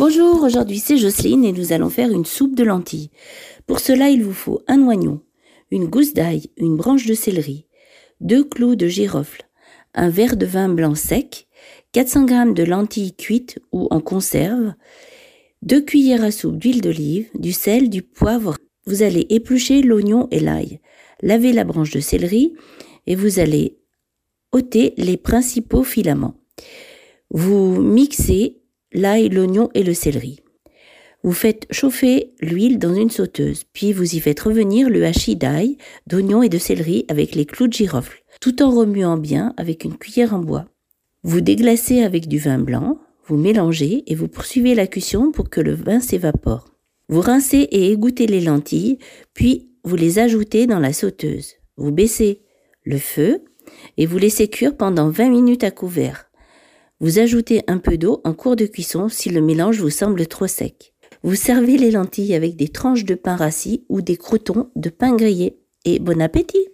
Bonjour, aujourd'hui c'est Jocelyne et nous allons faire une soupe de lentilles. Pour cela, il vous faut un oignon, une gousse d'ail, une branche de céleri, 2 clous de girofle, un verre de vin blanc sec, 400 g de lentilles cuites ou en conserve, 2 cuillères à soupe d'huile d'olive, du sel, du poivre. Vous allez éplucher l'oignon et l'ail, laver la branche de céleri et vous allez ôter les principaux filaments. Vous mixez l'ail, l'oignon et le céleri. Vous faites chauffer l'huile dans une sauteuse, puis vous y faites revenir le hachis d'ail, d'oignon et de céleri avec les clous de girofle, tout en remuant bien avec une cuillère en bois. Vous déglacez avec du vin blanc, vous mélangez et vous poursuivez la cuisson pour que le vin s'évapore. Vous rincez et égouttez les lentilles, puis vous les ajoutez dans la sauteuse. Vous baissez le feu et vous laissez cuire pendant 20 minutes à couvert. Vous ajoutez un peu d'eau en cours de cuisson si le mélange vous semble trop sec. Vous servez les lentilles avec des tranches de pain rassis ou des croûtons de pain grillé. Et bon appétit!